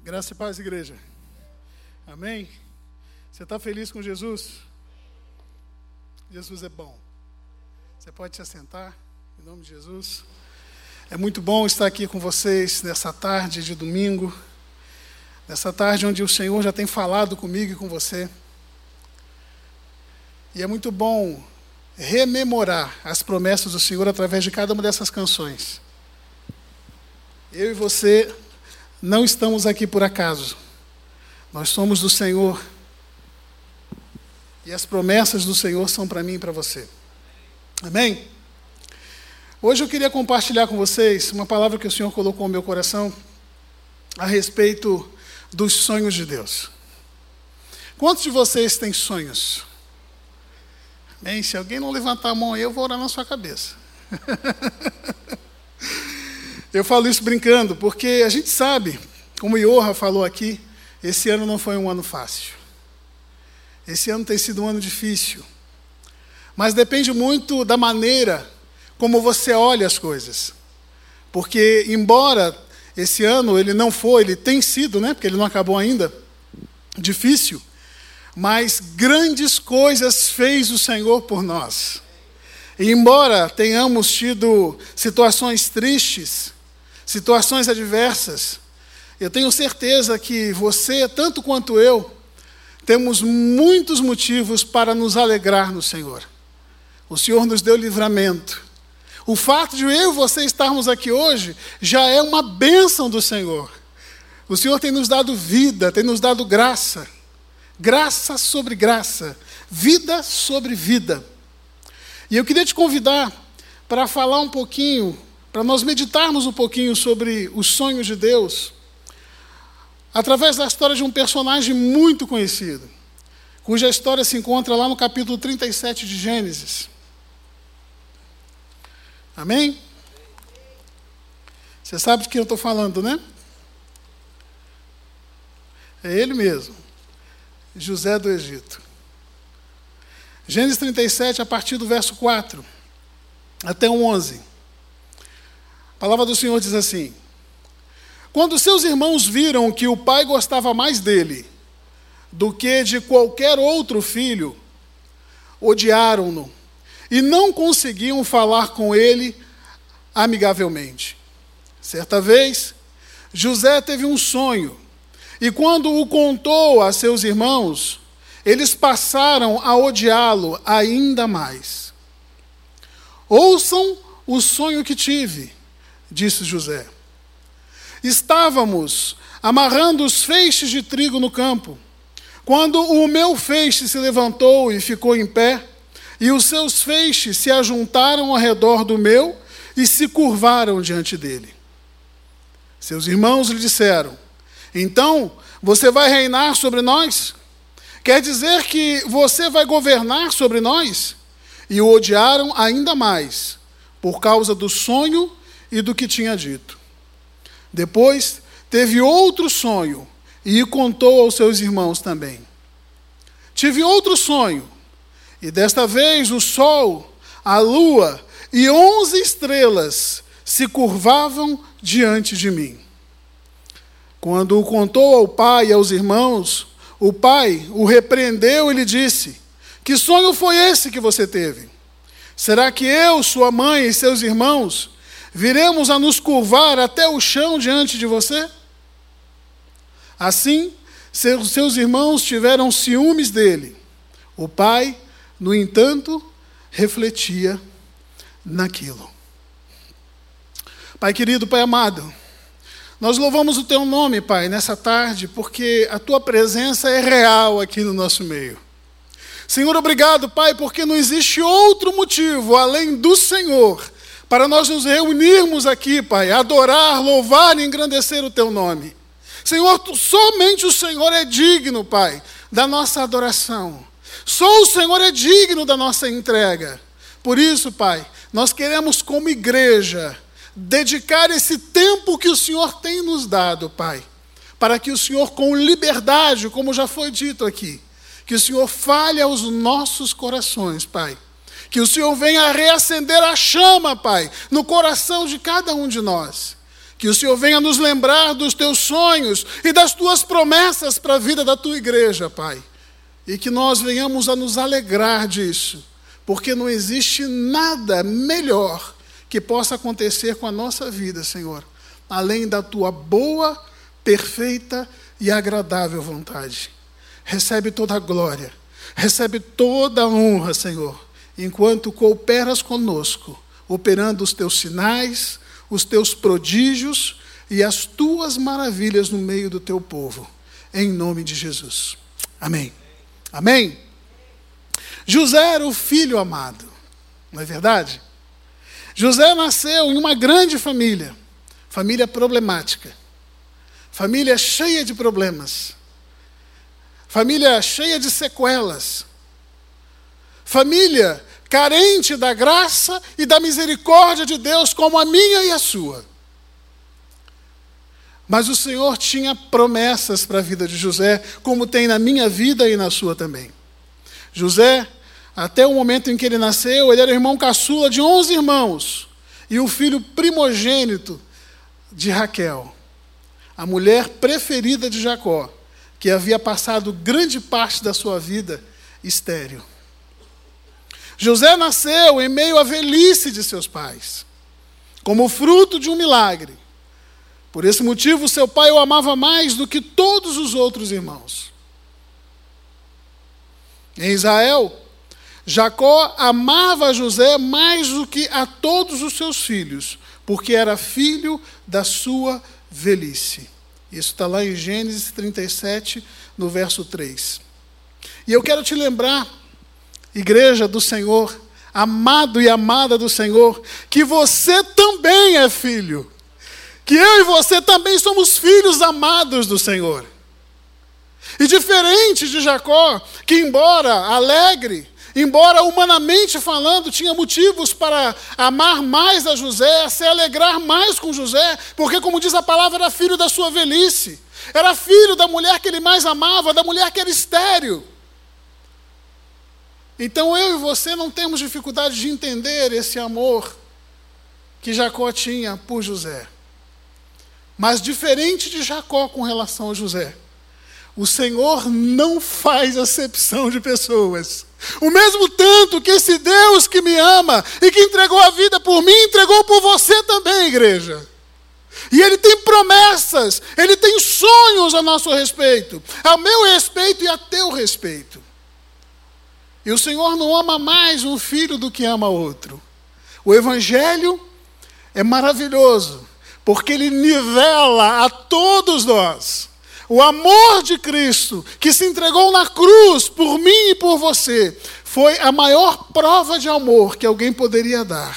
Graça e paz, igreja. Amém? Você está feliz com Jesus? Jesus é bom. Você pode se assentar, em nome de Jesus. É muito bom estar aqui com vocês nessa tarde de domingo, nessa tarde onde o Senhor já tem falado comigo e com você. E é muito bom rememorar as promessas do Senhor através de cada uma dessas canções. Eu e você não estamos aqui por acaso. Nós somos do Senhor. E as promessas do Senhor são para mim e para você. Amém? Hoje eu queria compartilhar com vocês uma palavra que o Senhor colocou no meu coração a respeito dos sonhos de Deus. Quantos de vocês têm sonhos? Bem, se alguém não levantar a mão aí, eu vou orar na sua cabeça. Eu falo isso brincando, porque a gente sabe, como o Joha falou aqui, esse ano não foi um ano fácil. Esse ano tem sido um ano difícil. Mas depende muito da maneira como você olha as coisas. Porque, embora esse ano ele não foi, ele tem sido, né? Porque ele não acabou ainda, difícil. Mas grandes coisas fez o Senhor por nós. E embora tenhamos tido situações tristes, situações adversas, eu tenho certeza que você, tanto quanto eu, temos muitos motivos para nos alegrar no Senhor. O Senhor nos deu livramento. O fato de eu e você estarmos aqui hoje já é uma bênção do Senhor. O Senhor tem nos dado vida, tem nos dado graça. Graça sobre graça, vida sobre vida. E eu queria te convidar para falar um pouquinho, para nós meditarmos um pouquinho sobre os sonhos de Deus, através da história de um personagem muito conhecido, cuja história se encontra lá no capítulo 37 de Gênesis. Amém? Você sabe de quem eu estou falando, né? É ele mesmo, José do Egito. Gênesis 37, a partir do verso 4 até o 11. A palavra do Senhor diz assim: quando seus irmãos viram que o pai gostava mais dele do que de qualquer outro filho, odiaram-no e não conseguiam falar com ele amigavelmente. Certa vez, José teve um sonho, e quando o contou a seus irmãos, eles passaram a odiá-lo ainda mais. Ouçam o sonho que tive, disse José. Estávamos amarrando os feixes de trigo no campo, quando o meu feixe se levantou e ficou em pé, e os seus feixes se ajuntaram ao redor do meu e se curvaram diante dele. Seus irmãos lhe disseram: então, você vai reinar sobre nós? Quer dizer que você vai governar sobre nós? E o odiaram ainda mais, por causa do sonho e do que tinha dito. Depois, teve outro sonho, e contou aos seus irmãos também. Tive outro sonho, e desta vez o sol, a lua e 11 estrelas se curvavam diante de mim. Quando o contou ao pai e aos irmãos, o pai o repreendeu e lhe disse: que sonho foi esse que você teve? Será que eu, sua mãe e seus irmãos viremos a nos curvar até o chão diante de você? Assim, seus irmãos tiveram ciúmes dele. O pai, no entanto, refletia naquilo. Pai querido, Pai amado, nós louvamos o Teu nome, Pai, nessa tarde, porque a Tua presença é real aqui no nosso meio. Senhor, obrigado, Pai, porque não existe outro motivo, além do Senhor, para nós nos reunirmos aqui, Pai, adorar, louvar e engrandecer o Teu nome. Senhor, somente o Senhor é digno, Pai, da nossa adoração. Só o Senhor é digno da nossa entrega. Por isso, Pai, nós queremos, como igreja, dedicar esse tempo que o Senhor tem nos dado, Pai, para que o Senhor, com liberdade, como já foi dito aqui, que o Senhor fale aos nossos corações, Pai. Que o Senhor venha a reacender a chama, Pai, no coração de cada um de nós. Que o Senhor venha nos lembrar dos teus sonhos e das tuas promessas para a vida da tua igreja, Pai. E que nós venhamos a nos alegrar disso, porque não existe nada melhor que possa acontecer com a nossa vida, Senhor, além da tua boa, perfeita e agradável vontade. Recebe toda a glória, recebe toda a honra, Senhor, enquanto cooperas conosco, operando os teus sinais, os teus prodígios e as tuas maravilhas no meio do teu povo. Em nome de Jesus. Amém. Amém? José era o filho amado, não é verdade? José nasceu em uma grande família, família problemática, família cheia de problemas, família cheia de sequelas, família carente da graça e da misericórdia de Deus como a minha e a sua. Mas o Senhor tinha promessas para a vida de José, como tem na minha vida e na sua também. José, até o momento em que ele nasceu, ele era irmão caçula de 11 irmãos e o filho primogênito de Raquel, a mulher preferida de Jacó, que havia passado grande parte da sua vida estéril. José nasceu em meio à velhice de seus pais, como fruto de um milagre. Por esse motivo, seu pai o amava mais do que todos os outros irmãos. Em Israel, Jacó amava José mais do que a todos os seus filhos, porque era filho da sua velhice. Isso está lá em Gênesis 37, no verso 3. E eu quero te lembrar, igreja do Senhor, amado e amada do Senhor, que você também é filho. Que eu e você também somos filhos amados do Senhor. E diferente de Jacó, que embora alegre, embora humanamente falando, tinha motivos para amar mais a José, se alegrar mais com José, porque, como diz a palavra, era filho da sua velhice. Era filho da mulher que ele mais amava, da mulher que era estéril. Então eu e você não temos dificuldade de entender esse amor que Jacó tinha por José. Mas diferente de Jacó com relação a José, o Senhor não faz acepção de pessoas. O mesmo tanto que esse Deus que me ama e que entregou a vida por mim, entregou por você também, igreja. E Ele tem promessas, Ele tem sonhos a nosso respeito, ao meu respeito e a teu respeito. E o Senhor não ama mais um filho do que ama outro. O Evangelho é maravilhoso, porque ele nivela a todos nós. O amor de Cristo, que se entregou na cruz por mim e por você, foi a maior prova de amor que alguém poderia dar.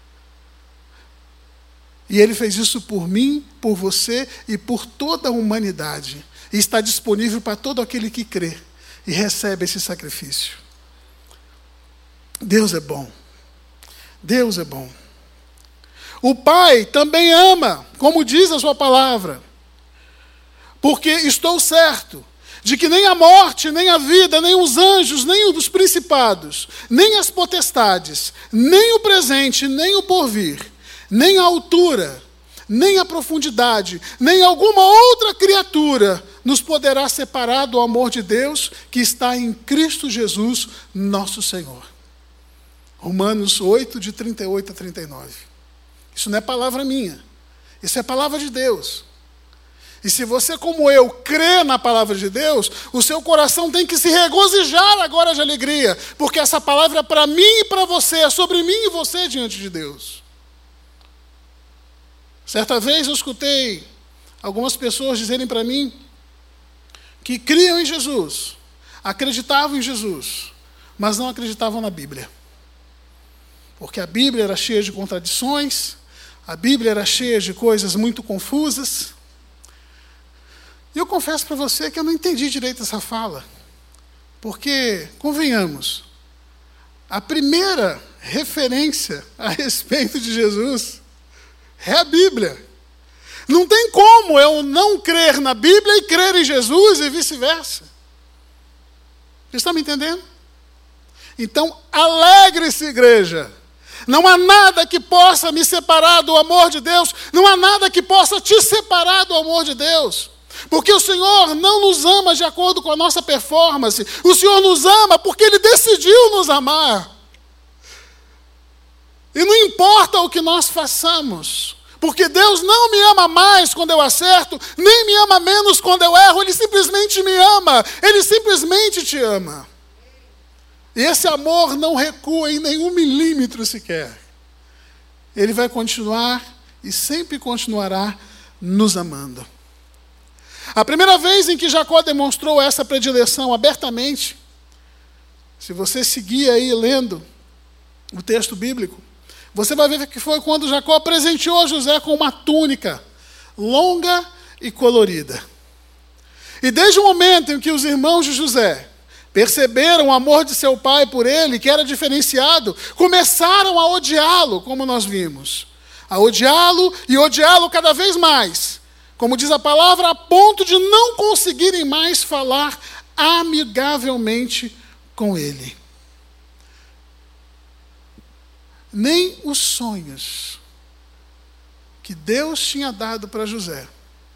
E Ele fez isso por mim, por você e por toda a humanidade. E está disponível para todo aquele que crê e recebe esse sacrifício. Deus é bom. Deus é bom. O Pai também ama, como diz a sua palavra. Porque estou certo de que nem a morte, nem a vida, nem os anjos, nem os principados, nem as potestades, nem o presente, nem o porvir, nem a altura, nem a profundidade, nem alguma outra criatura nos poderá separar do amor de Deus que está em Cristo Jesus, nosso Senhor. Romanos 8, de 38 a 39. Isso não é palavra minha, isso é palavra de Deus. E se você, como eu, crê na palavra de Deus, o seu coração tem que se regozijar agora de alegria, porque essa palavra é para mim e para você, é sobre mim e você diante de Deus. Certa vez eu escutei algumas pessoas dizerem para mim que criam em Jesus, acreditavam em Jesus, mas não acreditavam na Bíblia. Porque a Bíblia era cheia de contradições, a Bíblia era cheia de coisas muito confusas. E eu confesso para você que eu não entendi direito essa fala. Porque, convenhamos, a primeira referência a respeito de Jesus é a Bíblia. Não tem como eu não crer na Bíblia e crer em Jesus e vice-versa. Você está me entendendo? Então, alegre-se, igreja. Não há nada que possa me separar do amor de Deus. Não há nada que possa te separar do amor de Deus. Porque o Senhor não nos ama de acordo com a nossa performance. O Senhor nos ama porque Ele decidiu nos amar. E não importa o que nós façamos. Porque Deus não me ama mais quando eu acerto, nem me ama menos quando eu erro. Ele simplesmente me ama. Ele simplesmente te ama. E esse amor não recua em nenhum milímetro sequer. Ele vai continuar e sempre continuará nos amando. A primeira vez em que Jacó demonstrou essa predileção abertamente, se você seguir aí lendo o texto bíblico, você vai ver que foi quando Jacó presenteou José com uma túnica longa e colorida. E desde o momento em que os irmãos de José perceberam o amor de seu pai por ele, que era diferenciado, começaram a odiá-lo, como nós vimos. A odiá-lo e odiá-lo cada vez mais. Como diz a palavra, a ponto de não conseguirem mais falar amigavelmente com ele. Nem os sonhos que Deus tinha dado para José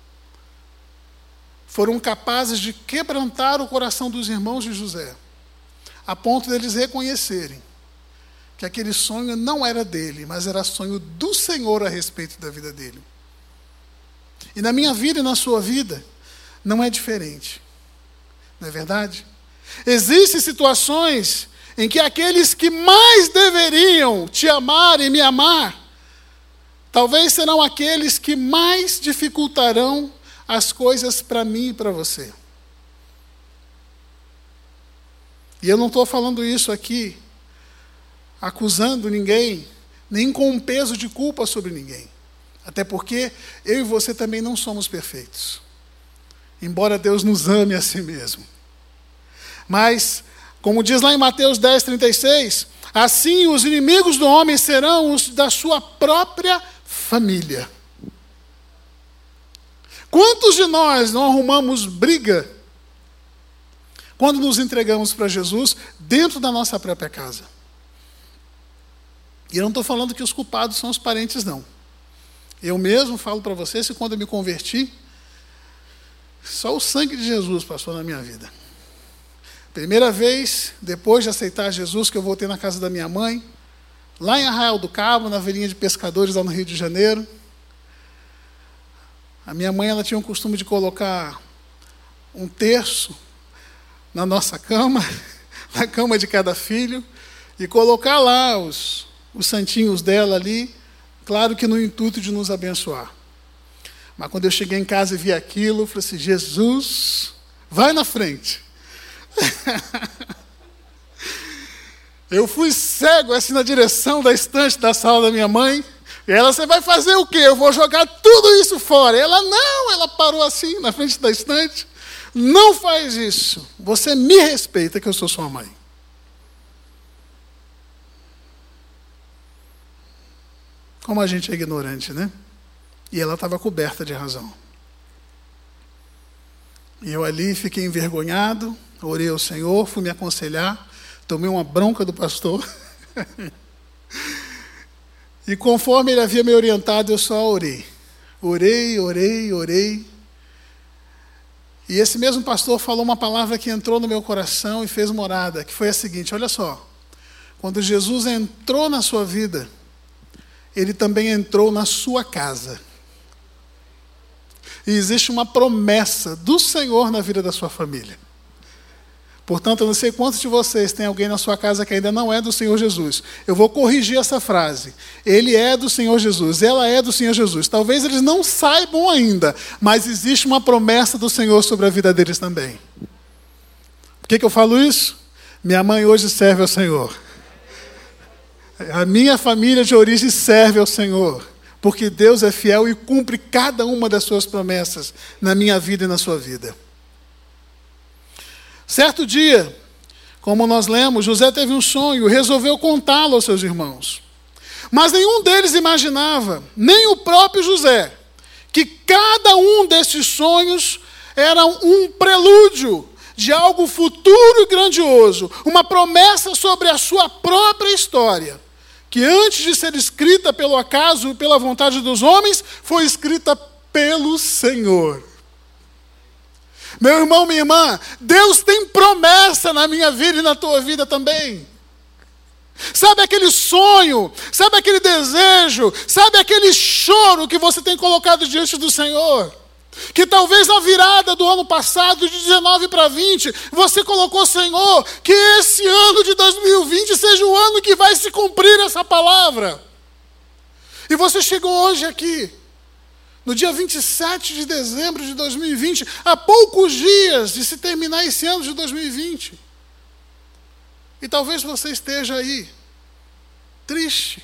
foram capazes de quebrantar o coração dos irmãos de José, a ponto deles reconhecerem que aquele sonho não era dele, mas era sonho do Senhor a respeito da vida dele. E na minha vida e na sua vida, não é diferente. Não é verdade? Existem situações em que aqueles que mais deveriam te amar e me amar, talvez serão aqueles que mais dificultarão as coisas para mim e para você. E eu não estou falando isso aqui acusando ninguém, nem com um peso de culpa sobre ninguém. Até porque eu e você também não somos perfeitos. Embora Deus nos ame a si mesmo. Mas, como diz lá em Mateus 10:36, assim os inimigos do homem serão os da sua própria família. Quantos de nós não arrumamos briga quando nos entregamos para Jesus dentro da nossa própria casa? E eu não estou falando que os culpados são os parentes, não. Eu mesmo falo para vocês que quando eu me converti, só o sangue de Jesus passou na minha vida. Primeira vez, depois de aceitar Jesus, que eu voltei na casa da minha mãe, lá em Arraial do Cabo, na vilinha de pescadores, lá no Rio de Janeiro. A minha mãe, ela tinha o costume de colocar um terço na nossa cama, na cama de cada filho, e colocar lá os santinhos dela ali, claro que no intuito de nos abençoar. Mas quando eu cheguei em casa e vi aquilo, eu falei assim, Jesus, vai na frente. Eu fui cego assim na direção da estante da sala da minha mãe. E ela, você vai fazer o quê? Eu vou jogar tudo isso fora. Ela, não, ela parou assim na frente da estante. Não faz isso. Você me respeita que eu sou sua mãe. Como a gente é ignorante, né? E ela estava coberta de razão. E eu ali fiquei envergonhado, orei ao Senhor, fui me aconselhar, tomei uma bronca do pastor. E conforme ele havia me orientado, eu só orei. Orei. E esse mesmo pastor falou uma palavra que entrou no meu coração e fez morada, que foi a seguinte, olha só. Quando Jesus entrou na sua vida, ele também entrou na sua casa. E existe uma promessa do Senhor na vida da sua família. Portanto, eu não sei quantos de vocês tem alguém na sua casa que ainda não é do Senhor Jesus. Eu vou corrigir essa frase. Ele é do Senhor Jesus, ela é do Senhor Jesus. Talvez eles não saibam ainda, mas existe uma promessa do Senhor sobre a vida deles também. Por que eu falo isso? Minha mãe hoje serve ao Senhor. A minha família de origem serve ao Senhor, porque Deus é fiel e cumpre cada uma das suas promessas na minha vida e na sua vida. Certo dia, como nós lemos, José teve um sonho e resolveu contá-lo aos seus irmãos. Mas nenhum deles imaginava, nem o próprio José, que cada um desses sonhos era um prelúdio de algo futuro e grandioso, uma promessa sobre a sua própria história, que antes de ser escrita pelo acaso e pela vontade dos homens, foi escrita pelo Senhor. Meu irmão, minha irmã, Deus tem promessa na minha vida e na tua vida também. Sabe aquele sonho, sabe aquele desejo, sabe aquele choro que você tem colocado diante do Senhor? Que talvez na virada do ano passado, de 19 para 20, você colocou, Senhor, que esse ano de 2020 seja o ano que vai se cumprir essa palavra. E você chegou hoje aqui, no dia 27 de dezembro de 2020, há poucos dias de se terminar esse ano de 2020. E talvez você esteja aí, triste,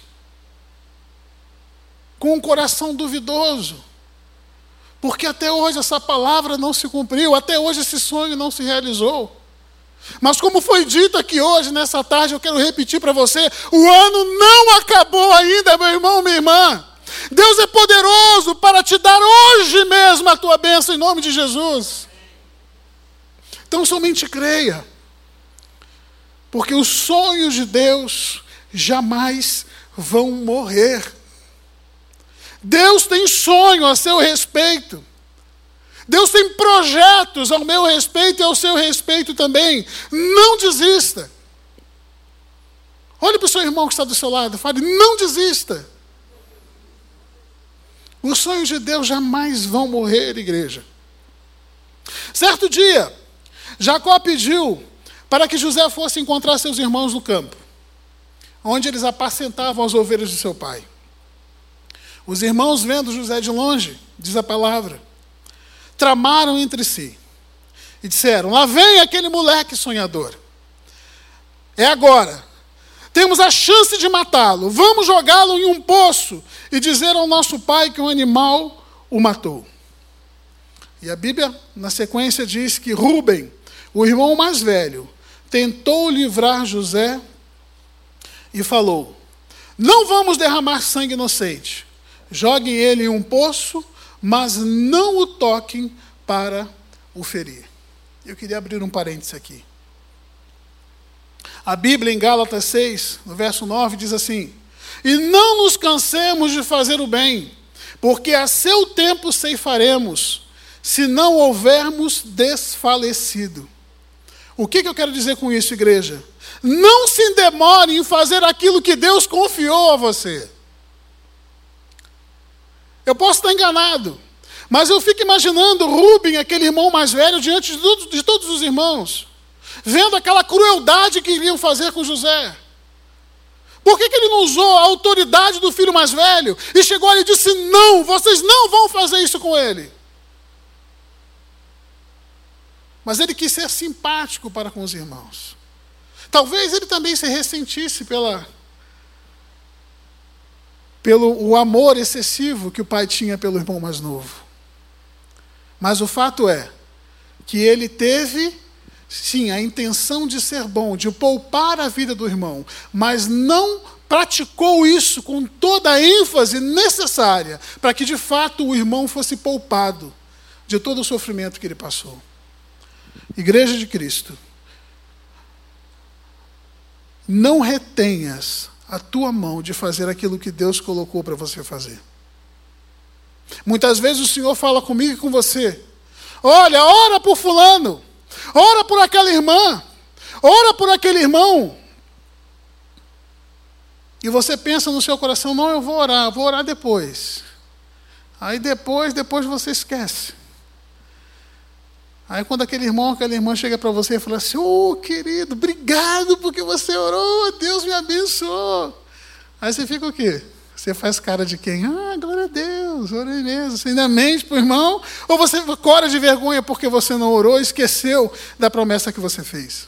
com um coração duvidoso, porque até hoje essa palavra não se cumpriu, até hoje esse sonho não se realizou. Mas como foi dito aqui hoje, nessa tarde, eu quero repetir para você, o ano não acabou ainda, meu irmão, minha irmã. Deus é poderoso para te dar hoje mesmo a tua bênção em nome de Jesus. Então somente creia. Porque os sonhos de Deus jamais vão morrer. Deus tem sonho a seu respeito. Deus tem projetos ao meu respeito e ao seu respeito também. Não desista. Olhe para o seu irmão que está do seu lado e fale, não desista. Os sonhos de Deus jamais vão morrer, igreja. Certo dia, Jacó pediu para que José fosse encontrar seus irmãos no campo, onde eles apacentavam as ovelhas de seu pai. Os irmãos, vendo José de longe, diz a palavra, tramaram entre si e disseram, lá vem aquele moleque sonhador. É agora. Temos a chance de matá-lo. Vamos jogá-lo em um poço e dizer ao nosso pai que um animal o matou. E a Bíblia, na sequência, diz que Rúben, o irmão mais velho, tentou livrar José e falou, não vamos derramar sangue inocente. Joguem ele em um poço, mas não o toquem para o ferir. Eu queria abrir um parênteses aqui. A Bíblia, em Gálatas 6, no verso 9, diz assim, e não nos cansemos de fazer o bem, porque a seu tempo ceifaremos, se não houvermos desfalecido. O que eu quero dizer com isso, igreja? Não se demore em fazer aquilo que Deus confiou a você. Eu posso estar enganado, mas eu fico imaginando Rúben, aquele irmão mais velho, diante de todos os irmãos, vendo aquela crueldade que iriam fazer com José. Por que ele não usou a autoridade do filho mais velho e chegou ali e disse, não, vocês não vão fazer isso com ele? Mas ele quis ser simpático para com os irmãos. Talvez ele também se ressentisse pelo o amor excessivo que o pai tinha pelo irmão mais novo. Mas o fato é que ele teve, sim, a intenção de ser bom, de poupar a vida do irmão, mas não praticou isso com toda a ênfase necessária para que, de fato, o irmão fosse poupado de todo o sofrimento que ele passou. Igreja de Cristo, não retenhas a tua mão de fazer aquilo que Deus colocou para você fazer. Muitas vezes o Senhor fala comigo e com você, olha, ora por fulano, ora por aquela irmã, ora por aquele irmão. E você pensa no seu coração, não, eu vou orar depois. Aí depois você esquece. Aí quando aquele irmão, aquela irmã chega para você e fala assim, querido, obrigado porque você orou, Deus me abençoou. Aí você fica o quê? Você faz cara de quem? Glória a Deus, orei mesmo. Você ainda mente para o irmão? Ou você cora de vergonha porque você não orou e esqueceu da promessa que você fez?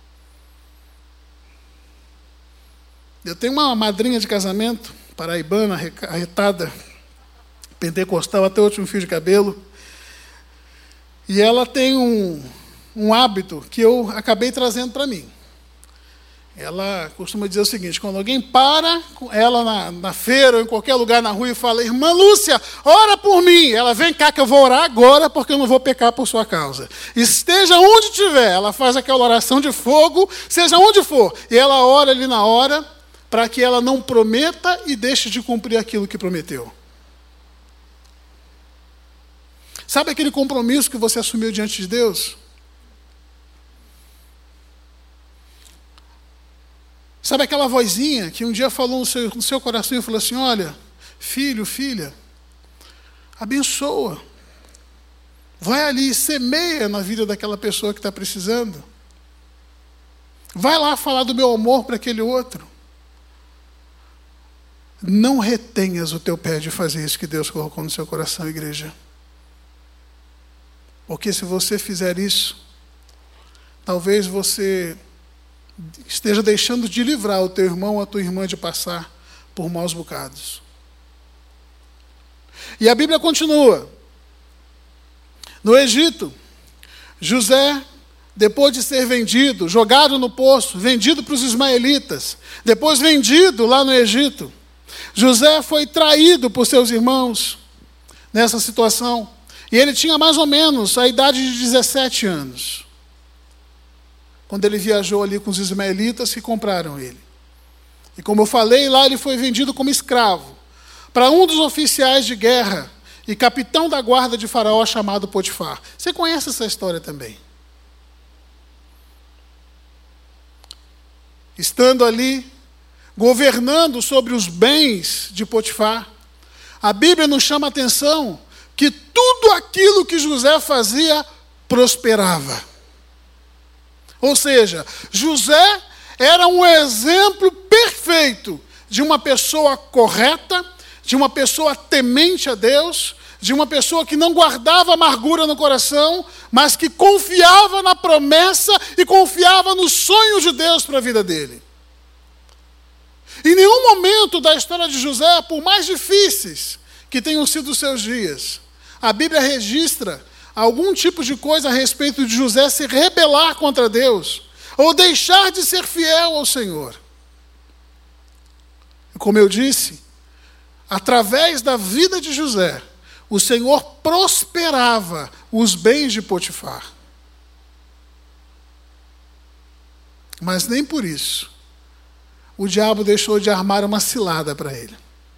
Eu tenho uma madrinha de casamento, paraibana, arretada, pentecostal, até o último fio de cabelo. E ela tem um hábito que eu acabei trazendo para mim. Ela costuma dizer o seguinte, quando alguém para com ela na feira ou em qualquer lugar na rua e fala, irmã Lúcia, ora por mim. Ela, vem cá que eu vou orar agora porque eu não vou pecar por sua causa. Esteja onde estiver, ela faz aquela oração de fogo, seja onde for. E ela ora ali na hora para que ela não prometa e deixe de cumprir aquilo que prometeu. Sabe aquele compromisso que você assumiu diante de Deus? Sabe aquela vozinha que um dia falou no seu coração e falou assim: olha, filho, filha, abençoa. Vai ali e semeia na vida daquela pessoa que está precisando. Vai lá falar do meu amor para aquele outro. Não retenhas o teu pé de fazer isso que Deus colocou no seu coração, igreja. Porque se você fizer isso, talvez você esteja deixando de livrar o teu irmão ou a tua irmã de passar por maus bocados. E a Bíblia continua. No Egito, José, depois de ser vendido, jogado no poço, vendido para os ismaelitas, depois vendido lá no Egito, José foi traído por seus irmãos nessa situação. E ele tinha mais ou menos a idade de 17 anos, quando ele viajou ali com os ismaelitas que compraram ele. E como eu falei, lá ele foi vendido como escravo para um dos oficiais de guerra e capitão da guarda de Faraó chamado Potifar. Você conhece essa história também. Estando ali, governando sobre os bens de Potifar, a Bíblia nos chama a atenção que tudo aquilo que José fazia prosperava. Ou seja, José era um exemplo perfeito de uma pessoa correta, de uma pessoa temente a Deus, de uma pessoa que não guardava amargura no coração, mas que confiava na promessa e confiava no sonho de Deus para a vida dele. Em nenhum momento da história de José, por mais difíceis que tenham sido os seus dias, a Bíblia registra algum tipo de coisa a respeito de José se rebelar contra Deus, ou deixar de ser fiel ao Senhor. Como eu disse, através da vida de José, o Senhor prosperava os bens de Potifar. Mas nem por isso o diabo deixou de armar uma cilada para ele.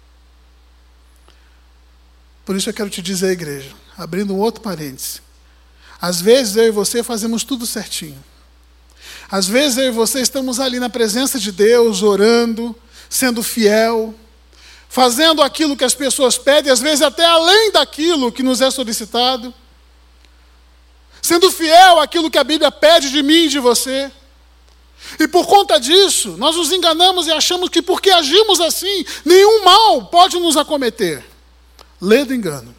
Por isso eu quero te dizer, igreja, abrindo um outro parêntese, às vezes eu e você fazemos tudo certinho. Às vezes eu e você estamos ali na presença de Deus, orando, sendo fiel, fazendo aquilo que as pessoas pedem, às vezes até além daquilo que nos é solicitado, sendo fiel àquilo que a Bíblia pede de mim e de você. E por conta disso, nós nos enganamos e achamos que porque agimos assim, nenhum mal pode nos acometer. Lê do engano.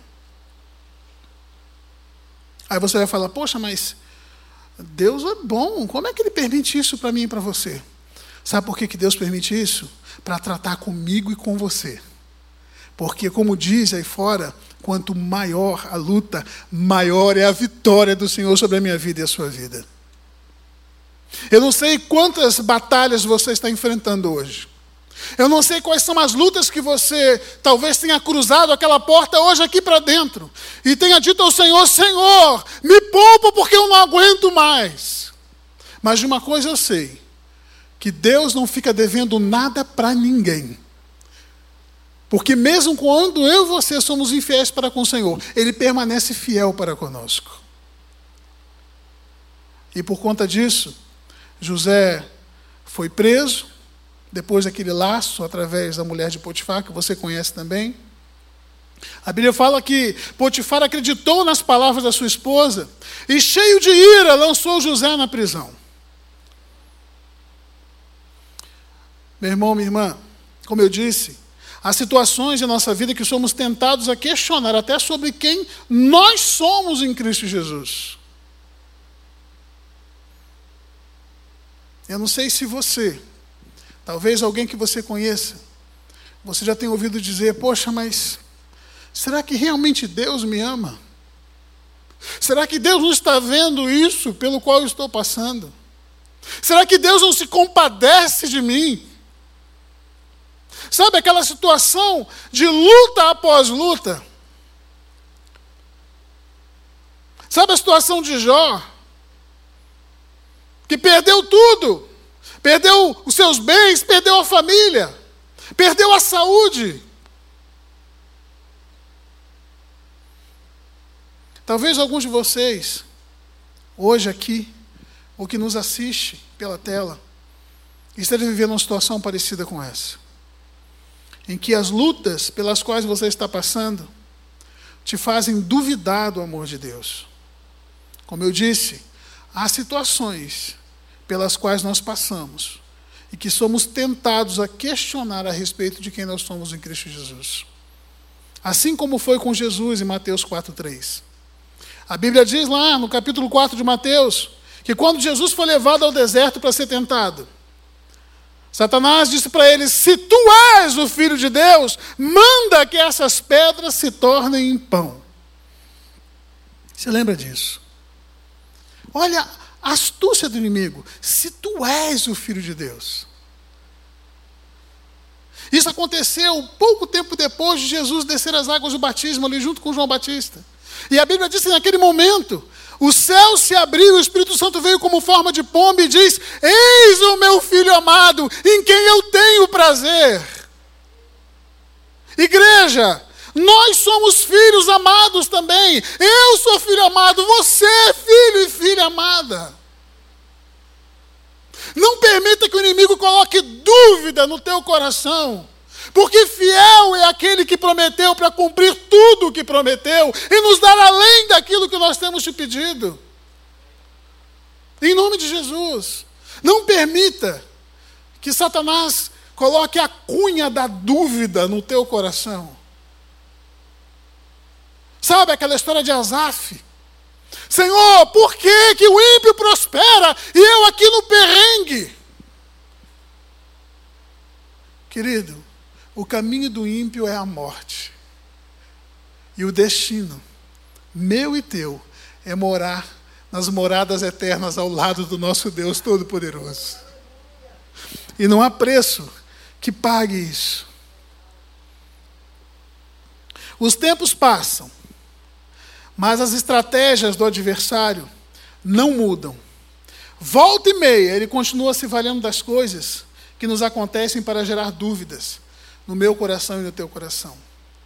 Aí você vai falar: poxa, mas Deus é bom, como é que Ele permite isso para mim e para você? Sabe por que Deus permite isso? Para tratar comigo e com você. Porque, como diz aí fora, quanto maior a luta, maior é a vitória do Senhor sobre a minha vida e a sua vida. Eu não sei quantas batalhas você está enfrentando hoje. Eu não sei quais são as lutas que você talvez tenha cruzado aquela porta hoje aqui para dentro. E tenha dito ao Senhor: Senhor, me poupa porque eu não aguento mais. Mas de uma coisa eu sei, que Deus não fica devendo nada para ninguém. Porque mesmo quando eu e você somos infiéis para com o Senhor, Ele permanece fiel para conosco. E por conta disso, José foi preso, depois daquele laço através da mulher de Potifar, que você conhece também. A Bíblia fala que Potifar acreditou nas palavras da sua esposa e, cheio de ira, lançou José na prisão. Meu irmão, minha irmã, como eu disse, há situações em nossa vida que somos tentados a questionar até sobre quem nós somos em Cristo Jesus. Eu não sei se você, talvez alguém que você conheça, você já tenha ouvido dizer: poxa, mas será que realmente Deus me ama? Será que Deus não está vendo isso pelo qual eu estou passando? Será que Deus não se compadece de mim? Sabe aquela situação de luta após luta? Sabe a situação de Jó? Que perdeu tudo, perdeu os seus bens, perdeu a família, perdeu a saúde. Talvez alguns de vocês, hoje aqui, ou que nos assiste pela tela, esteja vivendo uma situação parecida com essa, em que as lutas pelas quais você está passando te fazem duvidar do amor de Deus. Como eu disse, há situações pelas quais nós passamos e que somos tentados a questionar a respeito de quem nós somos em Cristo Jesus. Assim como foi com Jesus em Mateus 4:3. A Bíblia diz lá no capítulo 4 de Mateus, que quando Jesus foi levado ao deserto para ser tentado, Satanás disse para ele: se tu és o Filho de Deus, manda que essas pedras se tornem em pão. Você lembra disso? Olha a astúcia do inimigo. Se tu és o Filho de Deus. Isso aconteceu pouco tempo depois de Jesus descer as águas do batismo, ali junto com João Batista. E a Bíblia diz que naquele momento, o céu se abriu, o Espírito Santo veio como forma de pomba e diz: eis o meu Filho amado, em quem eu tenho prazer. Igreja, nós somos filhos amados também. Eu sou filho amado, você é filho e filha amada. Não permita que o inimigo coloque dúvida no teu coração, porque fiel é aquele que prometeu para cumprir tudo o que prometeu e nos dar além daquilo que nós temos te pedido. Em nome de Jesus, não permita que Satanás coloque a cunha da dúvida no teu coração. Sabe aquela história de Asaf? Senhor, por que que o ímpio prospera e eu aqui no perrengue? Querido, o caminho do ímpio é a morte. E o destino, meu e teu, é morar nas moradas eternas ao lado do nosso Deus Todo-Poderoso. E não há preço que pague isso. Os tempos passam, mas as estratégias do adversário não mudam. Volta e meia, ele continua se valendo das coisas que nos acontecem para gerar dúvidas no meu coração e no teu coração.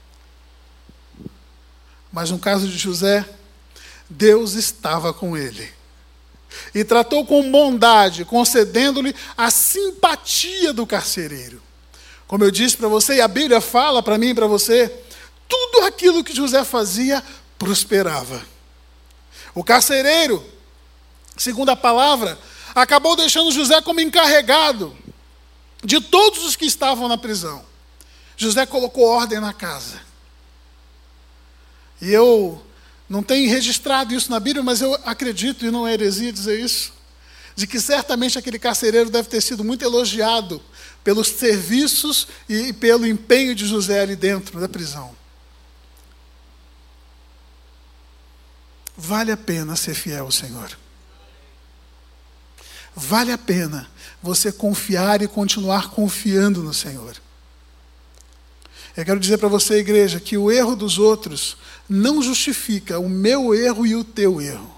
Mas no caso de José, Deus estava com ele. E tratou com bondade, concedendo-lhe a simpatia do carcereiro. Como eu disse para você, e a Bíblia fala para mim e para você, tudo aquilo que José fazia prosperava. O carcereiro, segundo a palavra, acabou deixando José como encarregado de todos os que estavam na prisão. José colocou ordem na casa. E eu não tenho registrado isso na Bíblia, mas eu acredito, e não é heresia dizer isso, de que certamente aquele carcereiro deve ter sido muito elogiado pelos serviços e pelo empenho de José ali dentro da prisão. Vale a pena ser fiel ao Senhor. Vale a pena você confiar e continuar confiando no Senhor. Eu quero dizer para você, igreja, que o erro dos outros não justifica o meu erro e o teu erro.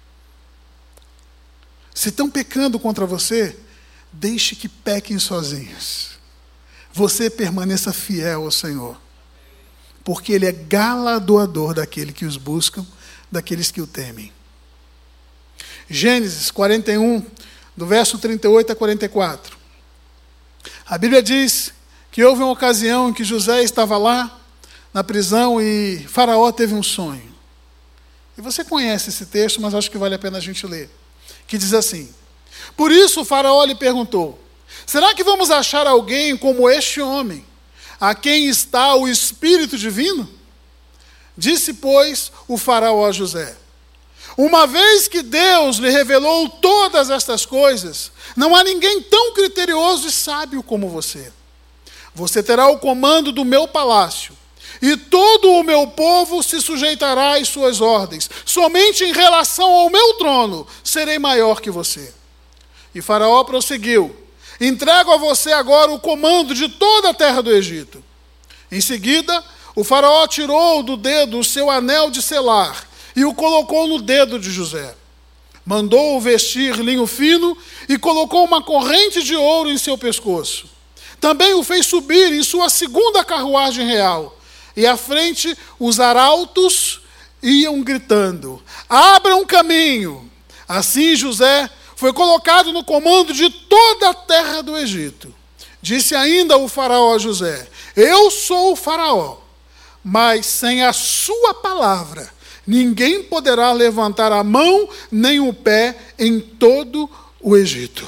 Se estão pecando contra você, deixe que pequem sozinhos. Você permaneça fiel ao Senhor, porque Ele é galardoador daqueles que os buscam, daqueles que o temem. Gênesis 41, do verso 38 a 44. A Bíblia diz que houve uma ocasião em que José estava lá, na prisão, e Faraó teve um sonho. E você conhece esse texto, mas acho que vale a pena a gente ler. Que diz assim: por isso o Faraó lhe perguntou: será que vamos achar alguém como este homem, a quem está o Espírito Divino? Disse, pois, o Faraó a José: uma vez que Deus lhe revelou todas estas coisas, não há ninguém tão criterioso e sábio como você. Você terá o comando do meu palácio, e todo o meu povo se sujeitará às suas ordens. Somente em relação ao meu trono serei maior que você. E Faraó prosseguiu: entrego a você agora o comando de toda a terra do Egito. Em seguida, o Faraó tirou do dedo o seu anel de selar e o colocou no dedo de José. Mandou-o vestir linho fino e colocou uma corrente de ouro em seu pescoço. Também o fez subir em sua segunda carruagem real. E à frente os arautos iam gritando: abram caminho! Assim José foi colocado no comando de toda a terra do Egito. Disse ainda o faraó a José: eu sou o faraó, mas sem a sua palavra ninguém poderá levantar a mão nem o pé em todo o Egito.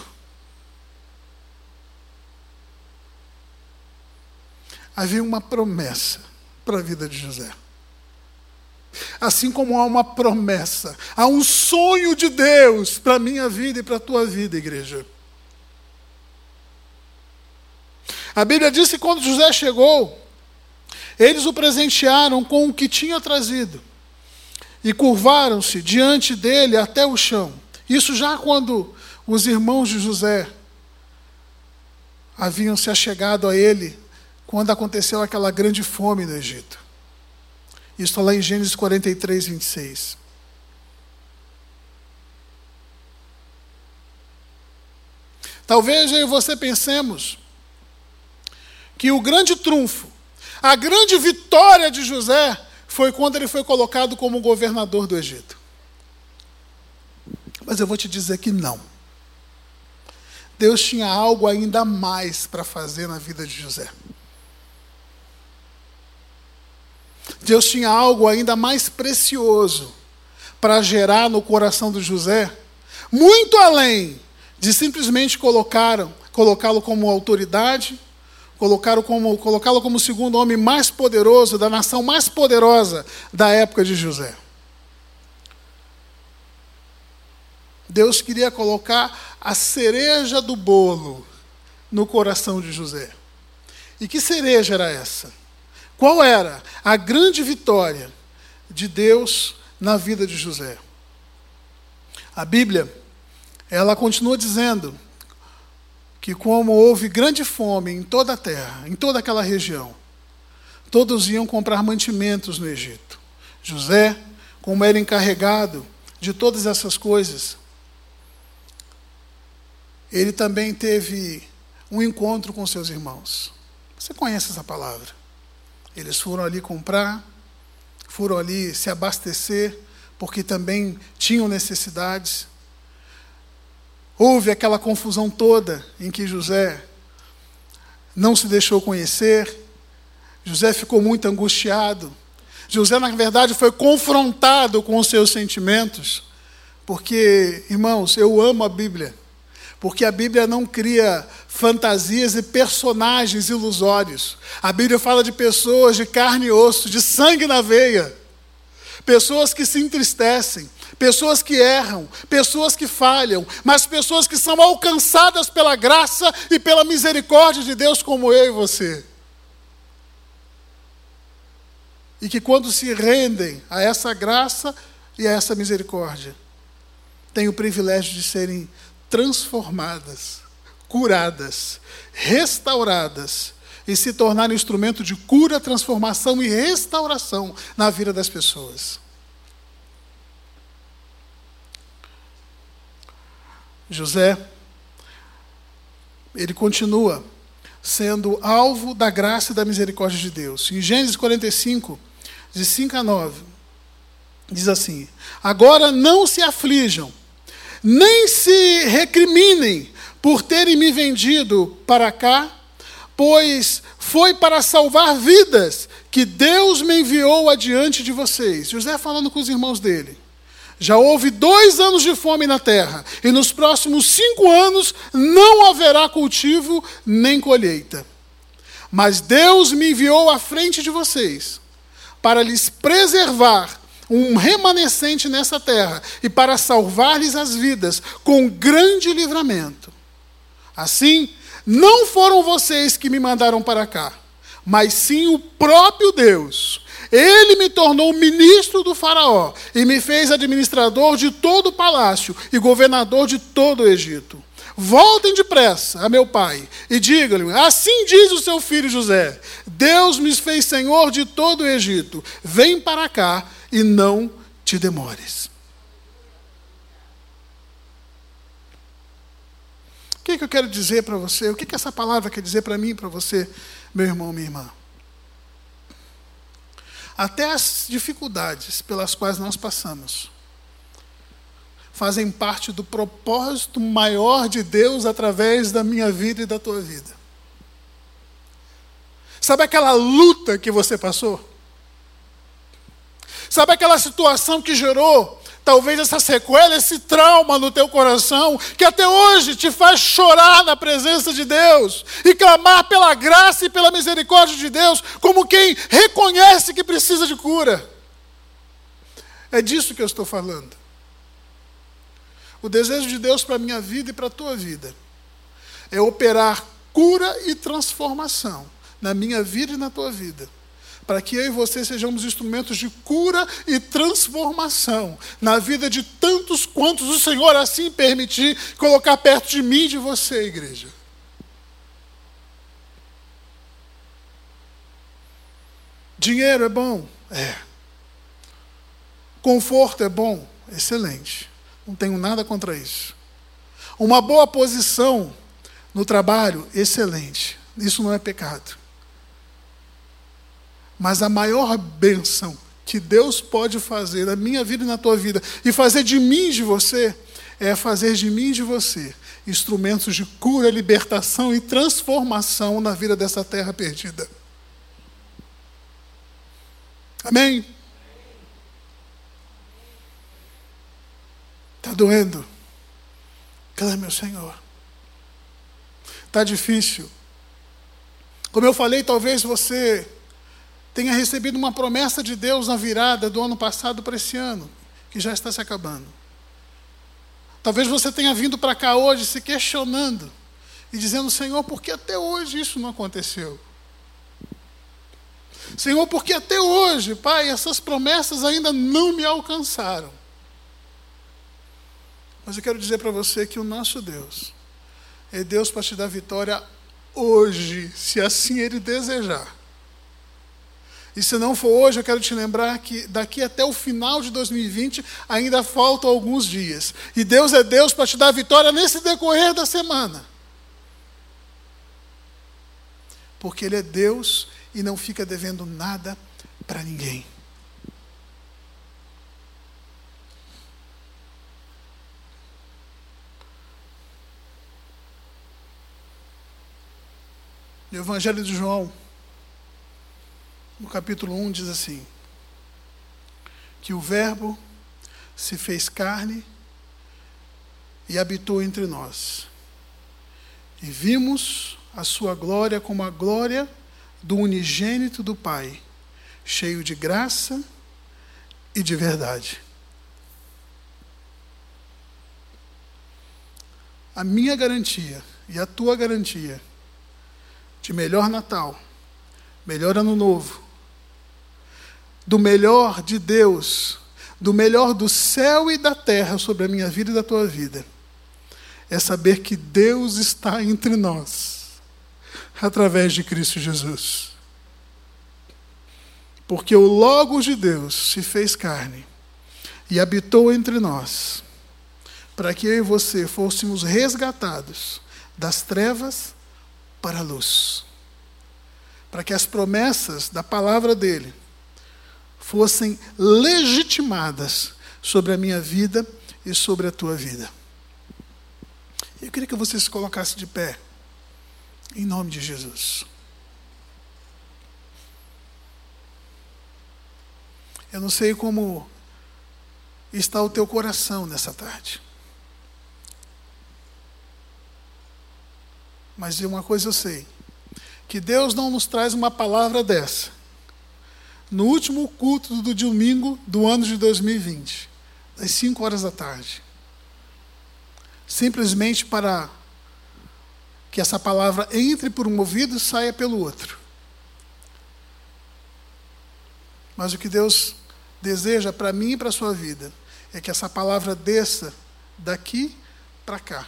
Havia uma promessa para a vida de José. Assim como há uma promessa, há um sonho de Deus para a minha vida e para a tua vida, igreja. A Bíblia diz que quando José chegou, eles o presentearam com o que tinha trazido e curvaram-se diante dele até o chão. Isso já quando os irmãos de José haviam se achegado a ele, quando aconteceu aquela grande fome no Egito. Isso está lá em Gênesis 43, 26. Talvez eu e você pensemos que o grande trunfo, a grande vitória de José foi quando ele foi colocado como governador do Egito. Mas eu vou te dizer que não. Deus tinha algo ainda mais para fazer na vida de José. Deus tinha algo ainda mais precioso para gerar no coração de José, muito além de simplesmente colocá-lo como autoridade, colocá-lo como o segundo homem mais poderoso, da nação mais poderosa da época de José. Deus queria colocar a cereja do bolo no coração de José. E que cereja era essa? Qual era a grande vitória de Deus na vida de José? A Bíblia, ela continua dizendo que como houve grande fome em toda a terra, em toda aquela região, todos iam comprar mantimentos no Egito. José, como era encarregado de todas essas coisas, ele também teve um encontro com seus irmãos. Você conhece essa palavra? Eles foram ali comprar, foram ali se abastecer, porque também tinham necessidades. Houve aquela confusão toda em que José não se deixou conhecer. José ficou muito angustiado. José, na verdade, foi confrontado com os seus sentimentos. Porque, irmãos, eu amo a Bíblia. Porque a Bíblia não cria fantasias e personagens ilusórios. A Bíblia fala de pessoas de carne e osso, de sangue na veia. Pessoas que se entristecem, pessoas que erram, pessoas que falham, mas pessoas que são alcançadas pela graça e pela misericórdia de Deus, como eu e você. E que quando se rendem a essa graça e a essa misericórdia, têm o privilégio de serem transformadas, curadas, restauradas e se tornarem instrumento de cura, transformação e restauração na vida das pessoas. José, ele continua sendo alvo da graça e da misericórdia de Deus. Em Gênesis 45, de 5 a 9, diz assim: agora não se aflijam, nem se recriminem por terem me vendido para cá, pois foi para salvar vidas que Deus me enviou adiante de vocês. José falando com os irmãos dele. Já houve 2 anos de fome na terra, e nos próximos 5 anos não haverá cultivo nem colheita. Mas Deus me enviou à frente de vocês, para lhes preservar um remanescente nessa terra, e para salvar-lhes as vidas com grande livramento. Assim, não foram vocês que me mandaram para cá, mas sim o próprio Deus. Ele me tornou ministro do faraó e me fez administrador de todo o palácio e governador de todo o Egito. Voltem depressa a meu pai e digam-lhe: assim diz o seu filho José, Deus me fez senhor de todo o Egito. Vem para cá e não te demores. O que eu quero dizer para você? O que essa palavra quer dizer para mim e para você, meu irmão, minha irmã? Até as dificuldades pelas quais nós passamos fazem parte do propósito maior de Deus através da minha vida e da tua vida. Sabe aquela luta que você passou? Sabe aquela situação que gerou talvez essa sequela, esse trauma no teu coração, que até hoje te faz chorar na presença de Deus e clamar pela graça e pela misericórdia de Deus, como quem reconhece que precisa de cura? É disso que eu estou falando. O desejo de Deus para a minha vida e para a tua vida é operar cura e transformação na minha vida e na tua vida, para que eu e você sejamos instrumentos de cura e transformação na vida de tantos quantos o Senhor assim permitir colocar perto de mim e de você, igreja. Dinheiro é bom? É. Conforto é bom? Excelente. Não tenho nada contra isso. Uma boa posição no trabalho? Excelente. Isso não é pecado. Mas a maior bênção que Deus pode fazer na minha vida e na tua vida, e fazer de mim e de você, é fazer de mim e de você instrumentos de cura, libertação e transformação na vida dessa terra perdida. Amém? Está doendo? Clame ao Senhor. Está difícil? Como eu falei, talvez você tenha recebido uma promessa de Deus na virada do ano passado para esse ano, que já está se acabando. Talvez você tenha vindo para cá hoje se questionando e dizendo: Senhor, por que até hoje isso não aconteceu? Senhor, por que até hoje, Pai, essas promessas ainda não me alcançaram? Mas eu quero dizer para você que o nosso Deus é Deus para te dar vitória hoje, se assim Ele desejar. E se não for hoje, eu quero te lembrar que daqui até o final de 2020 ainda faltam alguns dias. E Deus é Deus para te dar vitória nesse decorrer da semana. Porque Ele é Deus e não fica devendo nada para ninguém. No Evangelho de João, no capítulo 1, diz assim: que o Verbo se fez carne e habitou entre nós. E vimos a sua glória como a glória do unigênito do Pai, cheio de graça e de verdade. A minha garantia e a tua garantia de melhor Natal, melhor Ano Novo, do melhor de Deus, do melhor do céu e da terra sobre a minha vida e da tua vida, é saber que Deus está entre nós, através de Cristo Jesus. Porque o Logos de Deus se fez carne e habitou entre nós, para que eu e você fôssemos resgatados das trevas para a luz. Para que as promessas da palavra dele fossem legitimadas sobre a minha vida e sobre a tua vida. Eu queria que você se colocasse de pé, em nome de Jesus. Eu não sei como está o teu coração nessa tarde. Mas de uma coisa eu sei, que Deus não nos traz uma palavra dessa no último culto do domingo do ano de 2020, às 5 horas da tarde, simplesmente para que essa palavra entre por um ouvido e saia pelo outro. Mas o que Deus deseja para mim e para a sua vida é que essa palavra desça daqui para cá.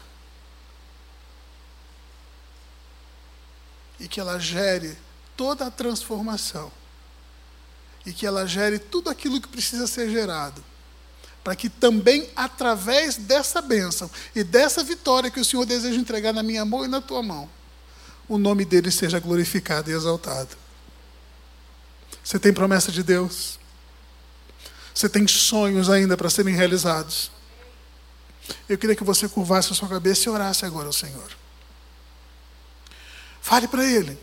E que ela gere toda a transformação. E que ela gere tudo aquilo que precisa ser gerado, para que também através dessa bênção e dessa vitória que o Senhor deseja entregar na minha mão e na tua mão, o nome dele seja glorificado e exaltado. Você tem promessa de Deus? Você tem sonhos ainda para serem realizados? Eu queria que você curvasse a sua cabeça e orasse agora ao Senhor. Fale para Ele.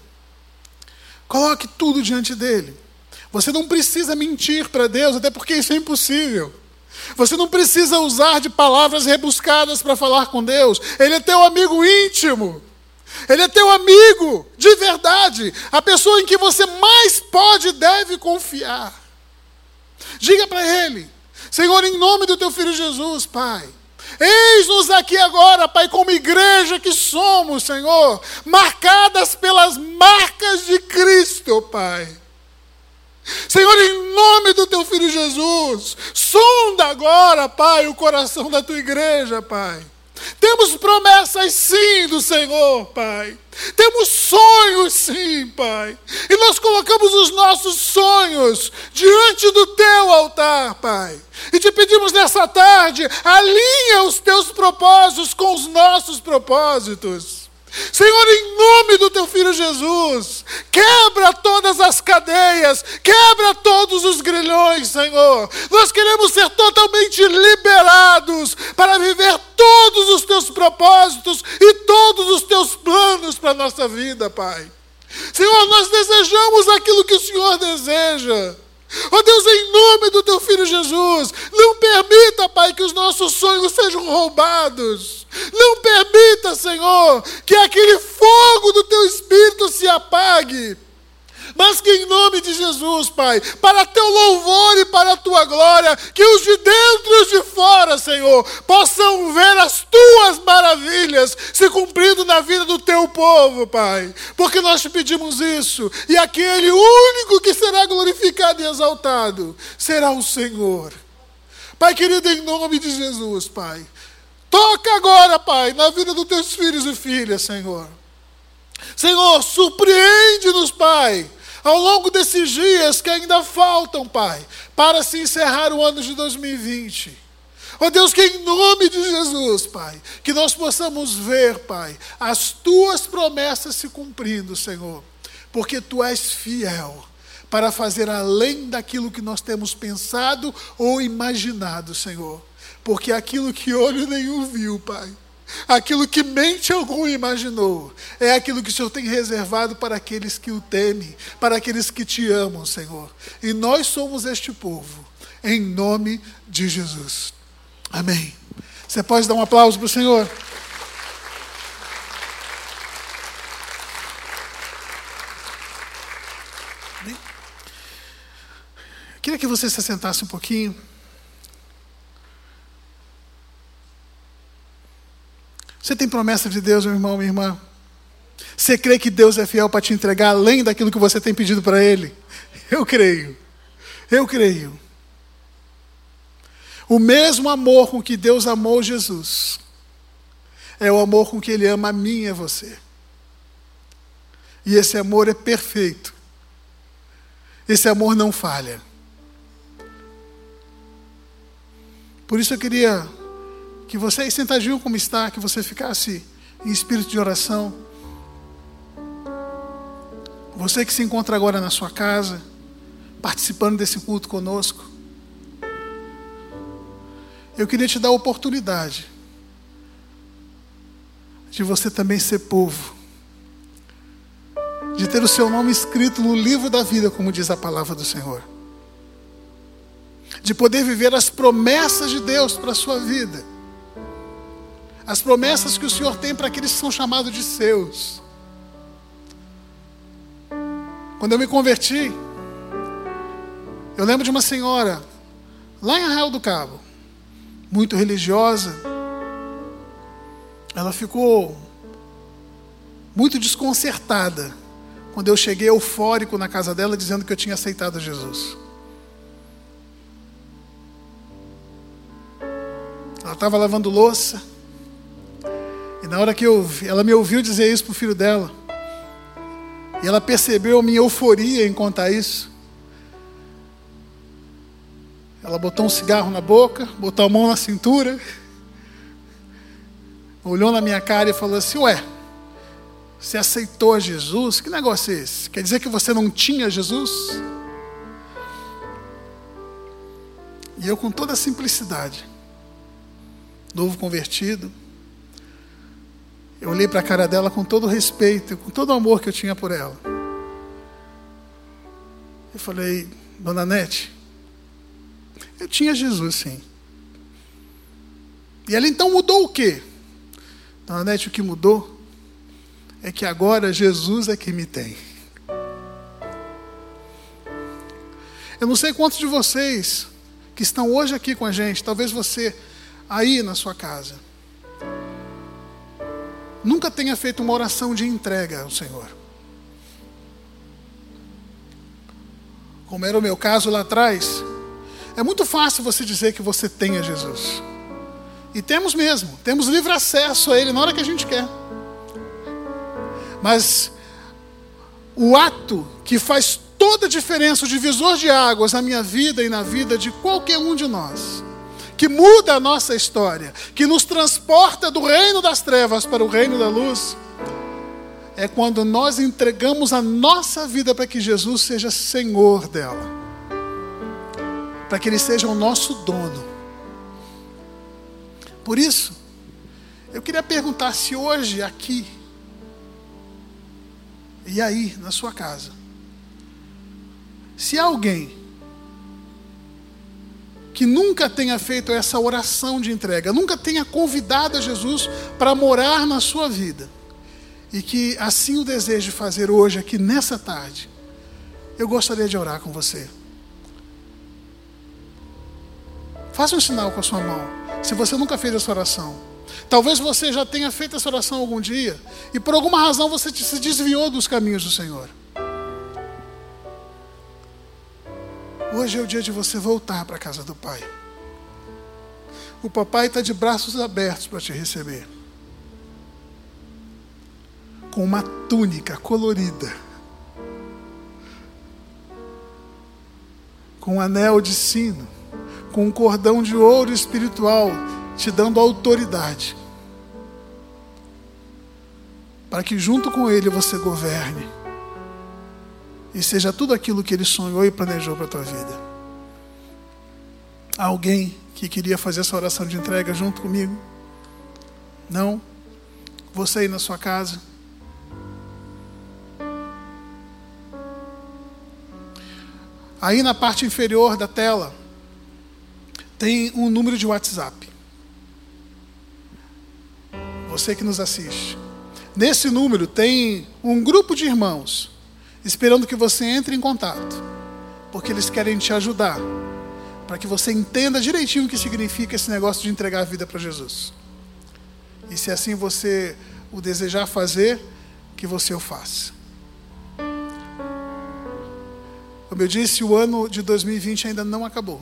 Coloque tudo diante dEle. Você não precisa mentir para Deus, até porque isso é impossível. Você não precisa usar de palavras rebuscadas para falar com Deus. Ele é teu amigo íntimo. Ele é teu amigo de verdade. A pessoa em que você mais pode e deve confiar. Diga para Ele: Senhor, em nome do teu Filho Jesus, Pai, eis-nos aqui agora, Pai, como igreja que somos, Senhor, marcadas pelas marcas de Cristo, Pai. Senhor, em nome do teu Filho Jesus, sonda agora, Pai, o coração da tua igreja, Pai. Temos promessas sim do Senhor, Pai. Temos sonhos sim, Pai. E nós colocamos os nossos sonhos diante do teu altar, Pai. E te pedimos nessa tarde, alinha os teus propósitos com os nossos propósitos. Senhor, em nome do teu Filho Jesus, quebra todas as cadeias, quebra todos os grilhões, Senhor. Nós queremos ser totalmente liberados para viver todos os teus propósitos e todos os teus planos para a nossa vida, Pai. Senhor, nós desejamos aquilo que o Senhor deseja. Ó Deus, em nome do teu Filho Jesus, não permita, Pai, que os nossos sonhos sejam roubados. Não permita, Senhor, que aquele fogo do teu Espírito se apague. Mas que em nome de Jesus, Pai, para teu louvor e para a tua glória, que os de dentro e os de fora, Senhor, possam ver as tuas maravilhas se cumprindo na vida do teu povo, Pai. Porque nós te pedimos isso, e aquele único que será glorificado e exaltado será o Senhor. Pai querido, em nome de Jesus, Pai, toca agora, Pai, na vida dos teus filhos e filhas, Senhor. Senhor, surpreende-nos, Pai, ao longo desses dias que ainda faltam, Pai, para se encerrar o ano de 2020. Ó Deus, que em nome de Jesus, Pai, que nós possamos ver, Pai, as tuas promessas se cumprindo, Senhor, porque tu és fiel para fazer além daquilo que nós temos pensado ou imaginado, Senhor. Porque aquilo que olho nenhum viu, Pai, aquilo que mente algum imaginou, é aquilo que o Senhor tem reservado para aqueles que o temem, para aqueles que te amam, Senhor. E nós somos este povo, em nome de Jesus. Amém. Você pode dar um aplauso para o Senhor? Amém. Queria que você se assentasse um pouquinho. Você tem promessa de Deus, meu irmão, minha irmã? Você crê que Deus é fiel para te entregar além daquilo que você tem pedido para Ele? Eu creio. Eu creio. O mesmo amor com que Deus amou Jesus é o amor com que Ele ama a mim e a você. E esse amor é perfeito. Esse amor não falha. Por isso eu queria que você, sentadinho como está, que você ficasse em espírito de oração. Você que se encontra agora na sua casa, participando desse culto conosco, eu queria te dar a oportunidade de você também ser povo, de ter o seu nome escrito no livro da vida, como diz a palavra do Senhor, de poder viver as promessas de Deus para a sua vida. As promessas que o Senhor tem para aqueles que são chamados de seus. Quando eu me converti, eu lembro de uma senhora, lá em Arraial do Cabo, muito religiosa. Ela ficou muito desconcertada quando eu cheguei eufórico na casa dela, dizendo que eu tinha aceitado Jesus. Ela estava lavando louça. E na hora que ela me ouviu dizer isso para o filho dela, e ela percebeu a minha euforia em contar isso, Ela botou um cigarro na boca, botou a mão na cintura, olhou na minha cara e falou assim: ué, você aceitou Jesus? Que negócio é esse? Quer dizer que você não tinha Jesus? E eu, com toda a simplicidade, novo convertido, eu olhei para a cara dela com todo o respeito, com todo o amor que eu tinha por ela. Eu falei: Dona Nete, eu tinha Jesus, sim. E ela então mudou o quê? Dona Nete, o que mudou é que agora Jesus é quem me tem. Eu não sei quantos de vocês que estão hoje aqui com a gente, talvez você aí na sua casa, nunca tenha feito uma oração de entrega ao Senhor. Como era o meu caso lá atrás, é muito fácil você dizer que você tem a Jesus. E temos mesmo, temos livre acesso a Ele na hora que a gente quer. Mas o ato que faz toda a diferença, o divisor de águas na minha vida e na vida de qualquer um de nós, que muda a nossa história, que nos transporta do reino das trevas para o reino da luz, é quando nós entregamos a nossa vida para que Jesus seja Senhor dela, para que Ele seja o nosso dono. Por isso, eu queria perguntar se hoje aqui e aí na sua casa, se há alguém que nunca tenha feito essa oração de entrega, nunca tenha convidado a Jesus para morar na sua vida, e que assim o deseje fazer hoje, aqui nessa tarde, eu gostaria de orar com você. Faça um sinal com a sua mão, se você nunca fez essa oração. Talvez você já tenha feito essa oração algum dia, e por alguma razão você se desviou dos caminhos do Senhor. Hoje é o dia de você voltar para a casa do Pai. O papai está de braços abertos para te receber, com uma túnica colorida, com um anel de sino, com um cordão de ouro espiritual, te dando autoridade, para que junto com Ele você governe e seja tudo aquilo que Ele sonhou e planejou para a tua vida. Há alguém que queria fazer essa oração de entrega junto comigo? Não? Você aí na sua casa? Aí na parte inferior da tela tem um número de WhatsApp. Você que nos assiste. Nesse número tem um grupo de irmãos esperando que você entre em contato, porque eles querem te ajudar, para que você entenda direitinho o que significa esse negócio de entregar a vida para Jesus. E se assim você o desejar fazer, que você o faça. Como eu disse, o ano de 2020 ainda não acabou.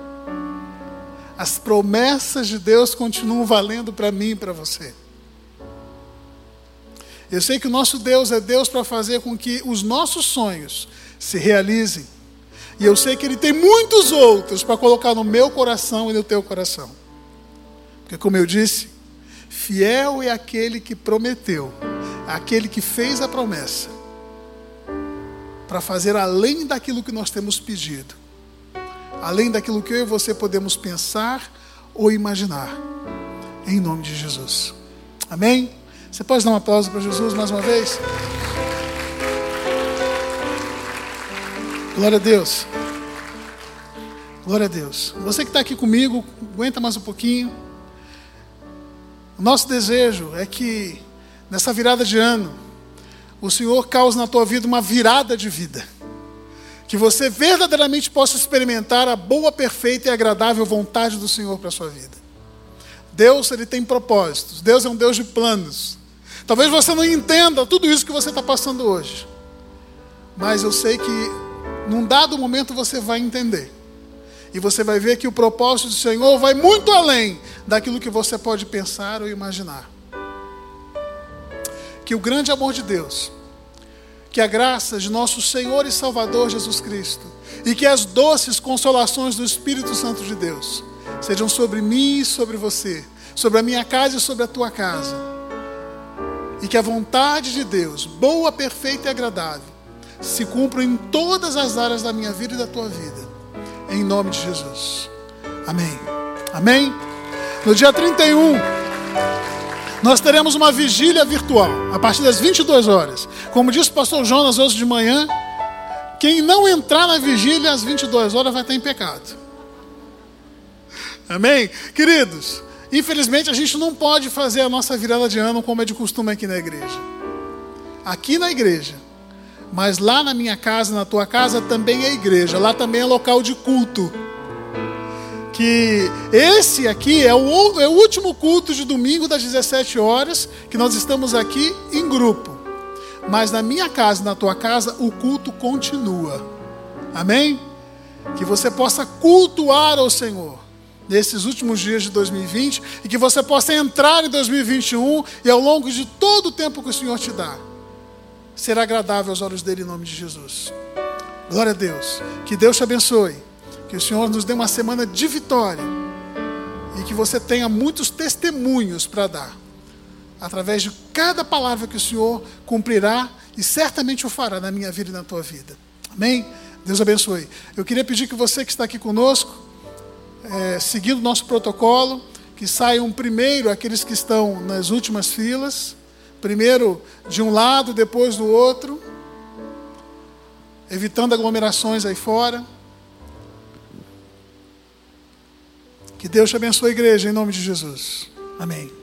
As promessas de Deus continuam valendo para mim e para você. Eu sei que o nosso Deus é Deus para fazer com que os nossos sonhos se realizem. E eu sei que Ele tem muitos outros para colocar no meu coração e no teu coração. Porque, como eu disse, fiel é aquele que prometeu, aquele que fez a promessa, para fazer além daquilo que nós temos pedido, além daquilo que eu e você podemos pensar ou imaginar, em nome de Jesus. Amém? Você pode dar um aplauso para Jesus mais uma vez? Glória a Deus. Glória a Deus. Você que está aqui comigo, aguenta mais um pouquinho. O nosso desejo é que, nessa virada de ano, o Senhor cause na tua vida uma virada de vida. Que você verdadeiramente possa experimentar a boa, perfeita e agradável vontade do Senhor para a sua vida. Deus, Ele tem propósitos. Deus é um Deus de planos. Talvez você não entenda tudo isso que você está passando hoje. Mas eu sei que, num dado momento, você vai entender. E você vai ver que o propósito do Senhor vai muito além daquilo que você pode pensar ou imaginar. Que o grande amor de Deus, que a graça de nosso Senhor e Salvador Jesus Cristo, e que as doces consolações do Espírito Santo de Deus sejam sobre mim e sobre você, sobre a minha casa e sobre a tua casa. E que a vontade de Deus, boa, perfeita e agradável, se cumpra em todas as áreas da minha vida e da tua vida. Em nome de Jesus. Amém. Amém? No dia 31, nós teremos uma vigília virtual, a partir das 22 horas. Como disse o pastor Jonas hoje de manhã, quem não entrar na vigília às 22 horas vai estar em pecado. Amém? Queridos, infelizmente a gente não pode fazer a nossa virada de ano como é de costume aqui na igreja. Aqui na igreja. Mas lá na minha casa, na tua casa, também é igreja. Lá também é local de culto. Que esse aqui é o último culto de domingo das 17 horas, que nós estamos aqui em grupo. Mas na minha casa, na tua casa, o culto continua. Amém? Que você possa cultuar ao Senhor nesses últimos dias de 2020 e que você possa entrar em 2021 e ao longo de todo o tempo que o Senhor te dá, será agradável aos olhos dele em nome de Jesus. Glória a Deus. Que Deus te abençoe. Que o Senhor nos dê uma semana de vitória e que você tenha muitos testemunhos para dar, através de cada palavra que o Senhor cumprirá e certamente o fará na minha vida e na tua vida. Amém? Deus abençoe. Eu queria pedir que você que está aqui conosco, seguindo o nosso protocolo, que saiam primeiro aqueles que estão nas últimas filas, primeiro de um lado, depois do outro, evitando aglomerações aí fora. Que Deus te abençoe, igreja, em nome de Jesus. Amém.